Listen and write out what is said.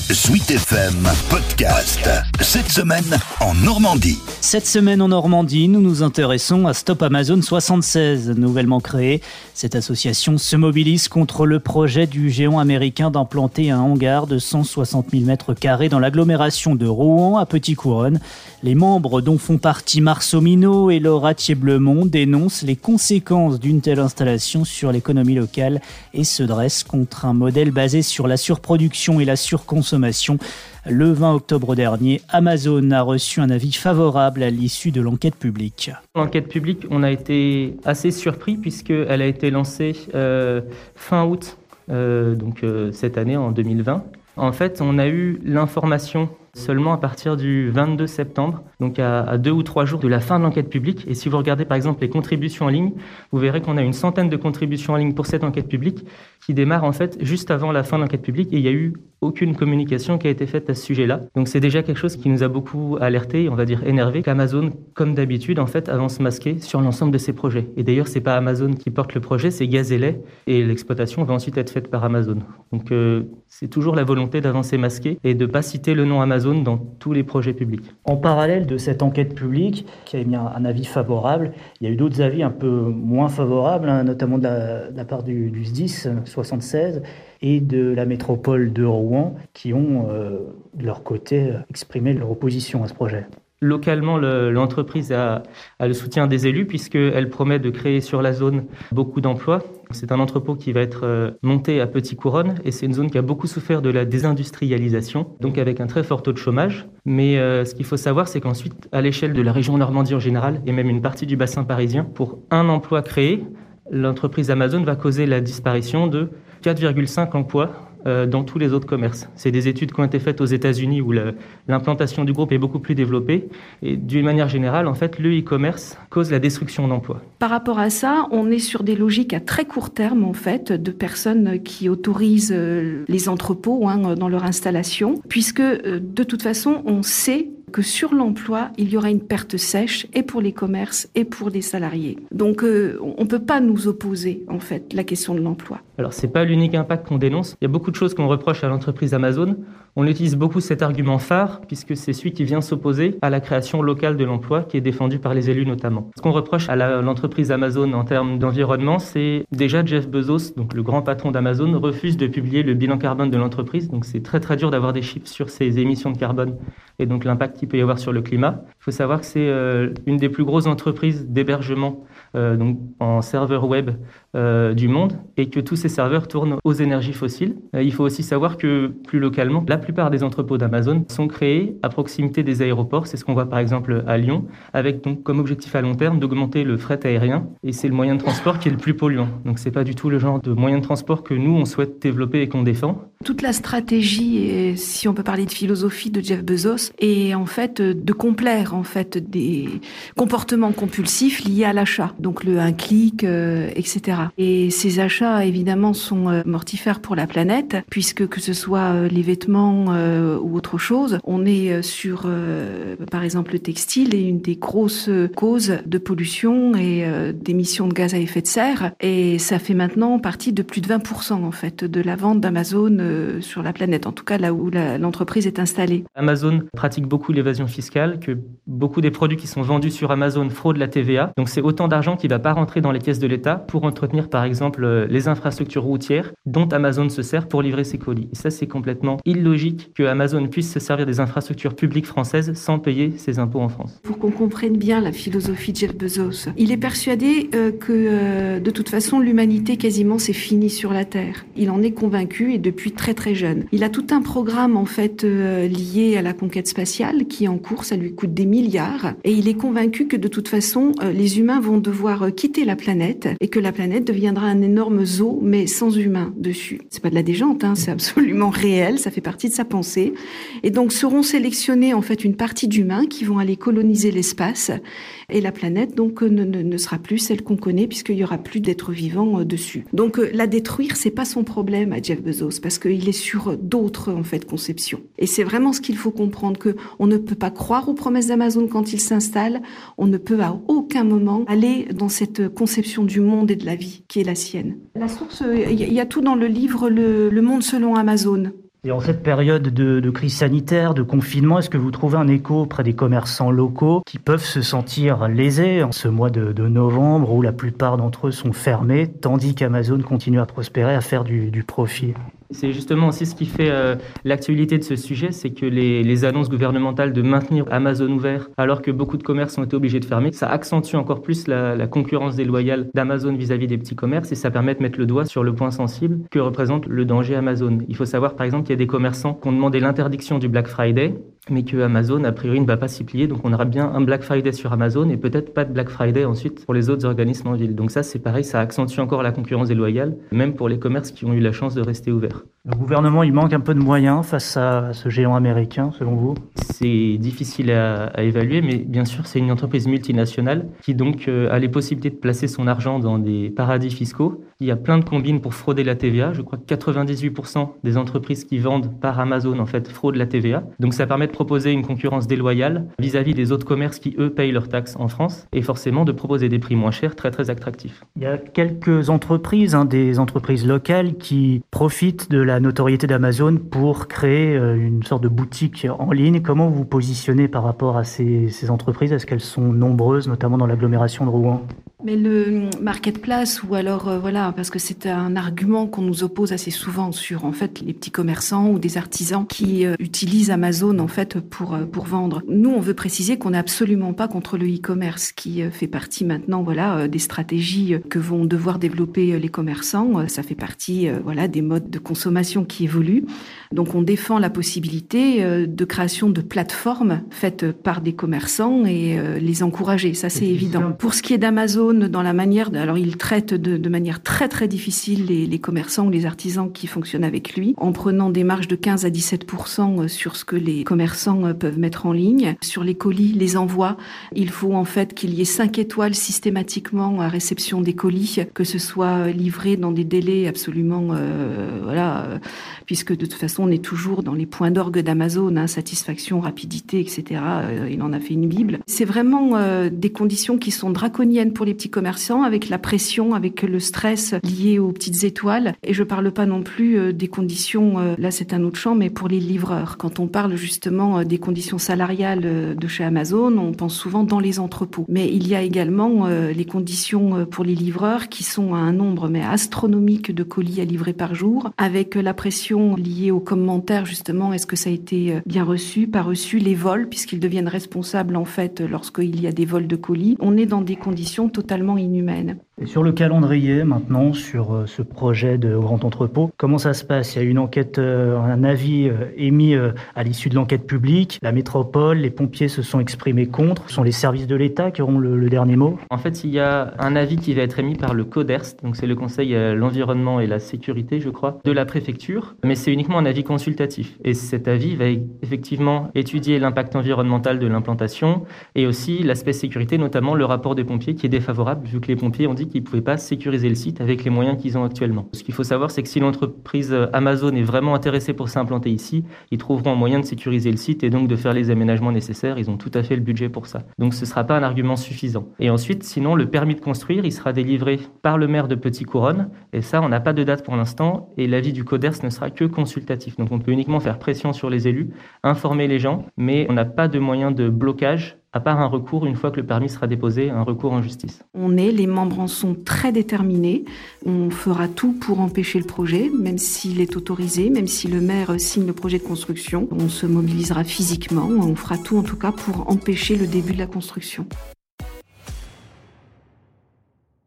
Suite FM Podcast. Cette semaine en Normandie. Cette semaine en Normandie, nous nous intéressons à Stop Amazon 76, nouvellement créée. Cette association se mobilise contre le projet du géant américain d'implanter un hangar de 160 000 m² dans l'agglomération de Rouen à Petit-Couronne. Les membres dont font partie Marceau Minot et Laura Thiéblemont dénoncent les conséquences d'une telle installation sur l'économie locale et se dressent contre un modèle basé sur la surproduction et la surconsommation. Le 20 octobre dernier, Amazon a reçu un avis favorable à l'issue de l'enquête publique. L'enquête publique, on a été assez surpris puisqu'elle a été lancée fin août, cette année, en 2020. En fait, on a eu l'information seulement à partir du 22 septembre, donc à 2 ou 3 jours de la fin de l'enquête publique. Et si vous regardez par exemple les contributions en ligne, vous verrez qu'on a une centaine de contributions en ligne pour cette enquête publique qui démarre en fait juste avant la fin de l'enquête publique et il n'y a eu aucune communication qui a été faite à ce sujet-là. Donc c'est déjà quelque chose qui nous a beaucoup alerté, on va dire énervé, qu'Amazon, comme d'habitude, en fait, avance masqué sur l'ensemble de ses projets. Et d'ailleurs, c'est pas Amazon qui porte le projet, c'est Gazélec et l'exploitation va ensuite être faite par Amazon. Donc c'est toujours la volonté d'avancer masqué et de ne pas citer le nom Amazon dans tous les projets publics. En parallèle de cette enquête publique qui a émis un avis favorable, il y a eu d'autres avis un peu moins favorables, notamment de la part du SDIS 76 et de la métropole de Rouen qui ont, de leur côté, exprimé leur opposition à ce projet. Localement, l'entreprise a le soutien des élus puisqu'elle promet de créer sur la zone beaucoup d'emplois. C'est un entrepôt qui va être monté à Petit-Couronne et c'est une zone qui a beaucoup souffert de la désindustrialisation, donc avec un très fort taux de chômage. Mais ce qu'il faut savoir, c'est qu'ensuite, à l'échelle de la région Normandie en général et même une partie du bassin parisien, pour un emploi créé, l'entreprise Amazon va causer la disparition de 4,5 emplois dans tous les autres commerces. C'est des études qui ont été faites aux États-Unis où l'implantation du groupe est beaucoup plus développée. Et d'une manière générale, en fait, le e-commerce cause la destruction d'emplois. Par rapport à ça, on est sur des logiques à très court terme, en fait, de personnes qui autorisent les entrepôts dans leur installation, puisque de toute façon, on sait que sur l'emploi, il y aura une perte sèche et pour les commerces et pour les salariés. Donc, on ne peut pas nous opposer, en fait, la question de l'emploi. Alors, ce n'est pas l'unique impact qu'on dénonce. Il y a beaucoup de choses qu'on reproche à l'entreprise Amazon. On utilise beaucoup cet argument phare, puisque c'est celui qui vient s'opposer à la création locale de l'emploi, qui est défendue par les élus notamment. Ce qu'on reproche à l'entreprise Amazon en termes d'environnement, c'est déjà Jeff Bezos, donc le grand patron d'Amazon, refuse de publier le bilan carbone de l'entreprise. Donc, c'est très très dur d'avoir des chiffres sur ses émissions de carbone et donc l'impact qu'il peut y avoir sur le climat. Il faut savoir que c'est une des plus grosses entreprises d'hébergement donc en serveur web du monde et que tous ces serveurs tournent aux énergies fossiles. Il faut aussi savoir que plus localement, la plupart des entrepôts d'Amazon sont créés à proximité des aéroports. C'est ce qu'on voit par exemple à Lyon, avec donc comme objectif à long terme d'augmenter le fret aérien et c'est le moyen de transport qui est le plus polluant. Donc c'est pas du tout le genre de moyen de transport que nous on souhaite développer et qu'on défend. Toute la stratégie, et si on peut parler de philosophie de Jeff Bezos, est en fait de complaire en fait des comportements compulsifs liés à l'achat. Donc le un clic, etc. Et ces achats évidemment sont mortifères pour la planète, puisque que ce soit les vêtements ou autre chose, on est sur par exemple le textile est une des grosses causes de pollution et d'émissions de gaz à effet de serre. Et ça fait maintenant partie de plus de 20% en fait de la vente d'Amazon sur la planète, en tout cas là où l'entreprise est installée. Amazon pratique beaucoup l'évasion fiscale, que beaucoup des produits qui sont vendus sur Amazon fraudent la TVA. Donc c'est autant d'argent qui ne va pas rentrer dans les caisses de l'État pour entretenir par exemple les infrastructures routières dont Amazon se sert pour livrer ses colis. Et ça c'est complètement illogique que Amazon puisse se servir des infrastructures publiques françaises sans payer ses impôts en France. Pour qu'on comprenne bien la philosophie de Jeff Bezos, il est persuadé que de toute façon l'humanité quasiment c'est fini sur la Terre. Il en est convaincu et depuis très très jeune. Il a tout un programme en fait lié à la conquête spatiale qui est en cours, ça lui coûte des milliards et il est convaincu que de toute façon les humains vont devoir quitter la planète et que la planète deviendra un énorme zoo mais sans humains dessus. C'est pas de la déjante, c'est absolument réel, ça fait partie de sa pensée. Et donc seront sélectionnés en fait une partie d'humains qui vont aller coloniser l'espace et la planète donc ne sera plus celle qu'on connaît puisqu'il y aura plus d'êtres vivants dessus. Donc la détruire c'est pas son problème à Jeff Bezos parce qu'il est sur d'autres en fait conceptions. Et c'est vraiment ce qu'il faut comprendre, que on ne peut pas croire aux promesses d'Amazon quand il s'installe, on ne peut à aucun moment aller dans cette conception du monde et de la vie qui est la sienne. La source, il y a tout dans le livre Le Monde selon Amazon. Et en cette période de crise sanitaire, de confinement, est-ce que vous trouvez un écho auprès des commerçants locaux qui peuvent se sentir lésés en ce mois de novembre où la plupart d'entre eux sont fermés, tandis qu'Amazon continue à prospérer, à faire du profit ? C'est justement aussi ce qui fait l'actualité de ce sujet, c'est que les annonces gouvernementales de maintenir Amazon ouvert alors que beaucoup de commerces ont été obligés de fermer, ça accentue encore plus la concurrence déloyale d'Amazon vis-à-vis des petits commerces et ça permet de mettre le doigt sur le point sensible que représente le danger Amazon. Il faut savoir par exemple qu'il y a des commerçants qui ont demandé l'interdiction du Black Friday, mais que Amazon a priori ne va pas s'y plier, donc on aura bien un Black Friday sur Amazon et peut-être pas de Black Friday ensuite pour les autres organismes en ville. Donc ça c'est pareil, ça accentue encore la concurrence déloyale, même pour les commerces qui ont eu la chance de rester ouverts. Le gouvernement, il manque un peu de moyens face à ce géant américain, selon vous ? C'est difficile à évaluer, mais bien sûr, c'est une entreprise multinationale qui donc a les possibilités de placer son argent dans des paradis fiscaux. Il y a plein de combines pour frauder la TVA. Je crois que 98% des entreprises qui vendent par Amazon, en fait, fraudent la TVA. Donc ça permet de proposer une concurrence déloyale vis-à-vis des autres commerces qui, eux, payent leurs taxes en France et forcément de proposer des prix moins chers, très, très attractifs. Il y a quelques entreprises, des entreprises locales qui profitent de la notoriété d'Amazon pour créer une sorte de boutique en ligne. Comment vous vous positionnez par rapport à ces entreprises ? Est-ce qu'elles sont nombreuses, notamment dans l'agglomération de Rouen ? Mais le marketplace, ou alors, parce que c'est un argument qu'on nous oppose assez souvent sur, en fait, les petits commerçants ou des artisans qui utilisent Amazon, en fait, pour vendre. Nous, on veut préciser qu'on n'est absolument pas contre le e-commerce, qui fait partie maintenant, des stratégies que vont devoir développer les commerçants. Ça fait partie, des modes de consommation qui évoluent. Donc, on défend la possibilité de création de plateformes faites par des commerçants et les encourager. Ça, c'est évident. Pour ce qui est d'Amazon, dans la manière, alors il traite de manière très très difficile les commerçants ou les artisans qui fonctionnent avec lui, en prenant des marges de 15 à 17% sur ce que les commerçants peuvent mettre en ligne. Sur les colis, les envois, il faut en fait qu'il y ait 5 étoiles systématiquement à réception des colis, que ce soit livré dans des délais absolument, puisque de toute façon on est toujours dans les points d'orgue d'Amazon, satisfaction, rapidité, etc. Il en a fait une bible. C'est vraiment des conditions qui sont draconiennes pour les petits commerçants, avec la pression, avec le stress lié aux petites étoiles. Et je parle pas non plus des conditions, là c'est un autre champ, mais pour les livreurs. Quand on parle justement des conditions salariales de chez Amazon, on pense souvent dans les entrepôts. Mais il y a également les conditions pour les livreurs qui sont à un nombre astronomique de colis à livrer par jour, avec la pression liée aux commentaires justement, est-ce que ça a été bien reçu, pas reçu, les vols, puisqu'ils deviennent responsables en fait lorsqu'il y a des vols de colis. On est dans des conditions totalement inhumaines. Et sur le calendrier maintenant, sur ce projet de grand entrepôt, comment ça se passe ? Il y a une enquête, un avis émis à l'issue de l'enquête publique. La métropole, les pompiers se sont exprimés contre. Ce sont les services de l'État qui auront le dernier mot. En fait, il y a un avis qui va être émis par le CODERST, donc c'est le Conseil à l'environnement et la sécurité, je crois, de la préfecture, mais c'est uniquement un avis consultatif. Et cet avis va effectivement étudier l'impact environnemental de l'implantation et aussi l'aspect sécurité, notamment le rapport des pompiers qui est défavorable, vu que les pompiers ont dit qu'ils ne pouvaient pas sécuriser le site avec les moyens qu'ils ont actuellement. Ce qu'il faut savoir, c'est que si l'entreprise Amazon est vraiment intéressée pour s'implanter ici, ils trouveront un moyen de sécuriser le site et donc de faire les aménagements nécessaires. Ils ont tout à fait le budget pour ça. Donc ce ne sera pas un argument suffisant. Et ensuite, sinon, le permis de construire, il sera délivré par le maire de Petit-Couronne. Et ça, on n'a pas de date pour l'instant. Et l'avis du CODERST ne sera que consultatif. Donc on peut uniquement faire pression sur les élus, informer les gens, mais on n'a pas de moyen de blocage à part un recours, une fois que le permis sera déposé, un recours en justice. Les membres en sont très déterminés. On fera tout pour empêcher le projet, même s'il est autorisé, même si le maire signe le projet de construction. On se mobilisera physiquement, on fera tout en tout cas pour empêcher le début de la construction.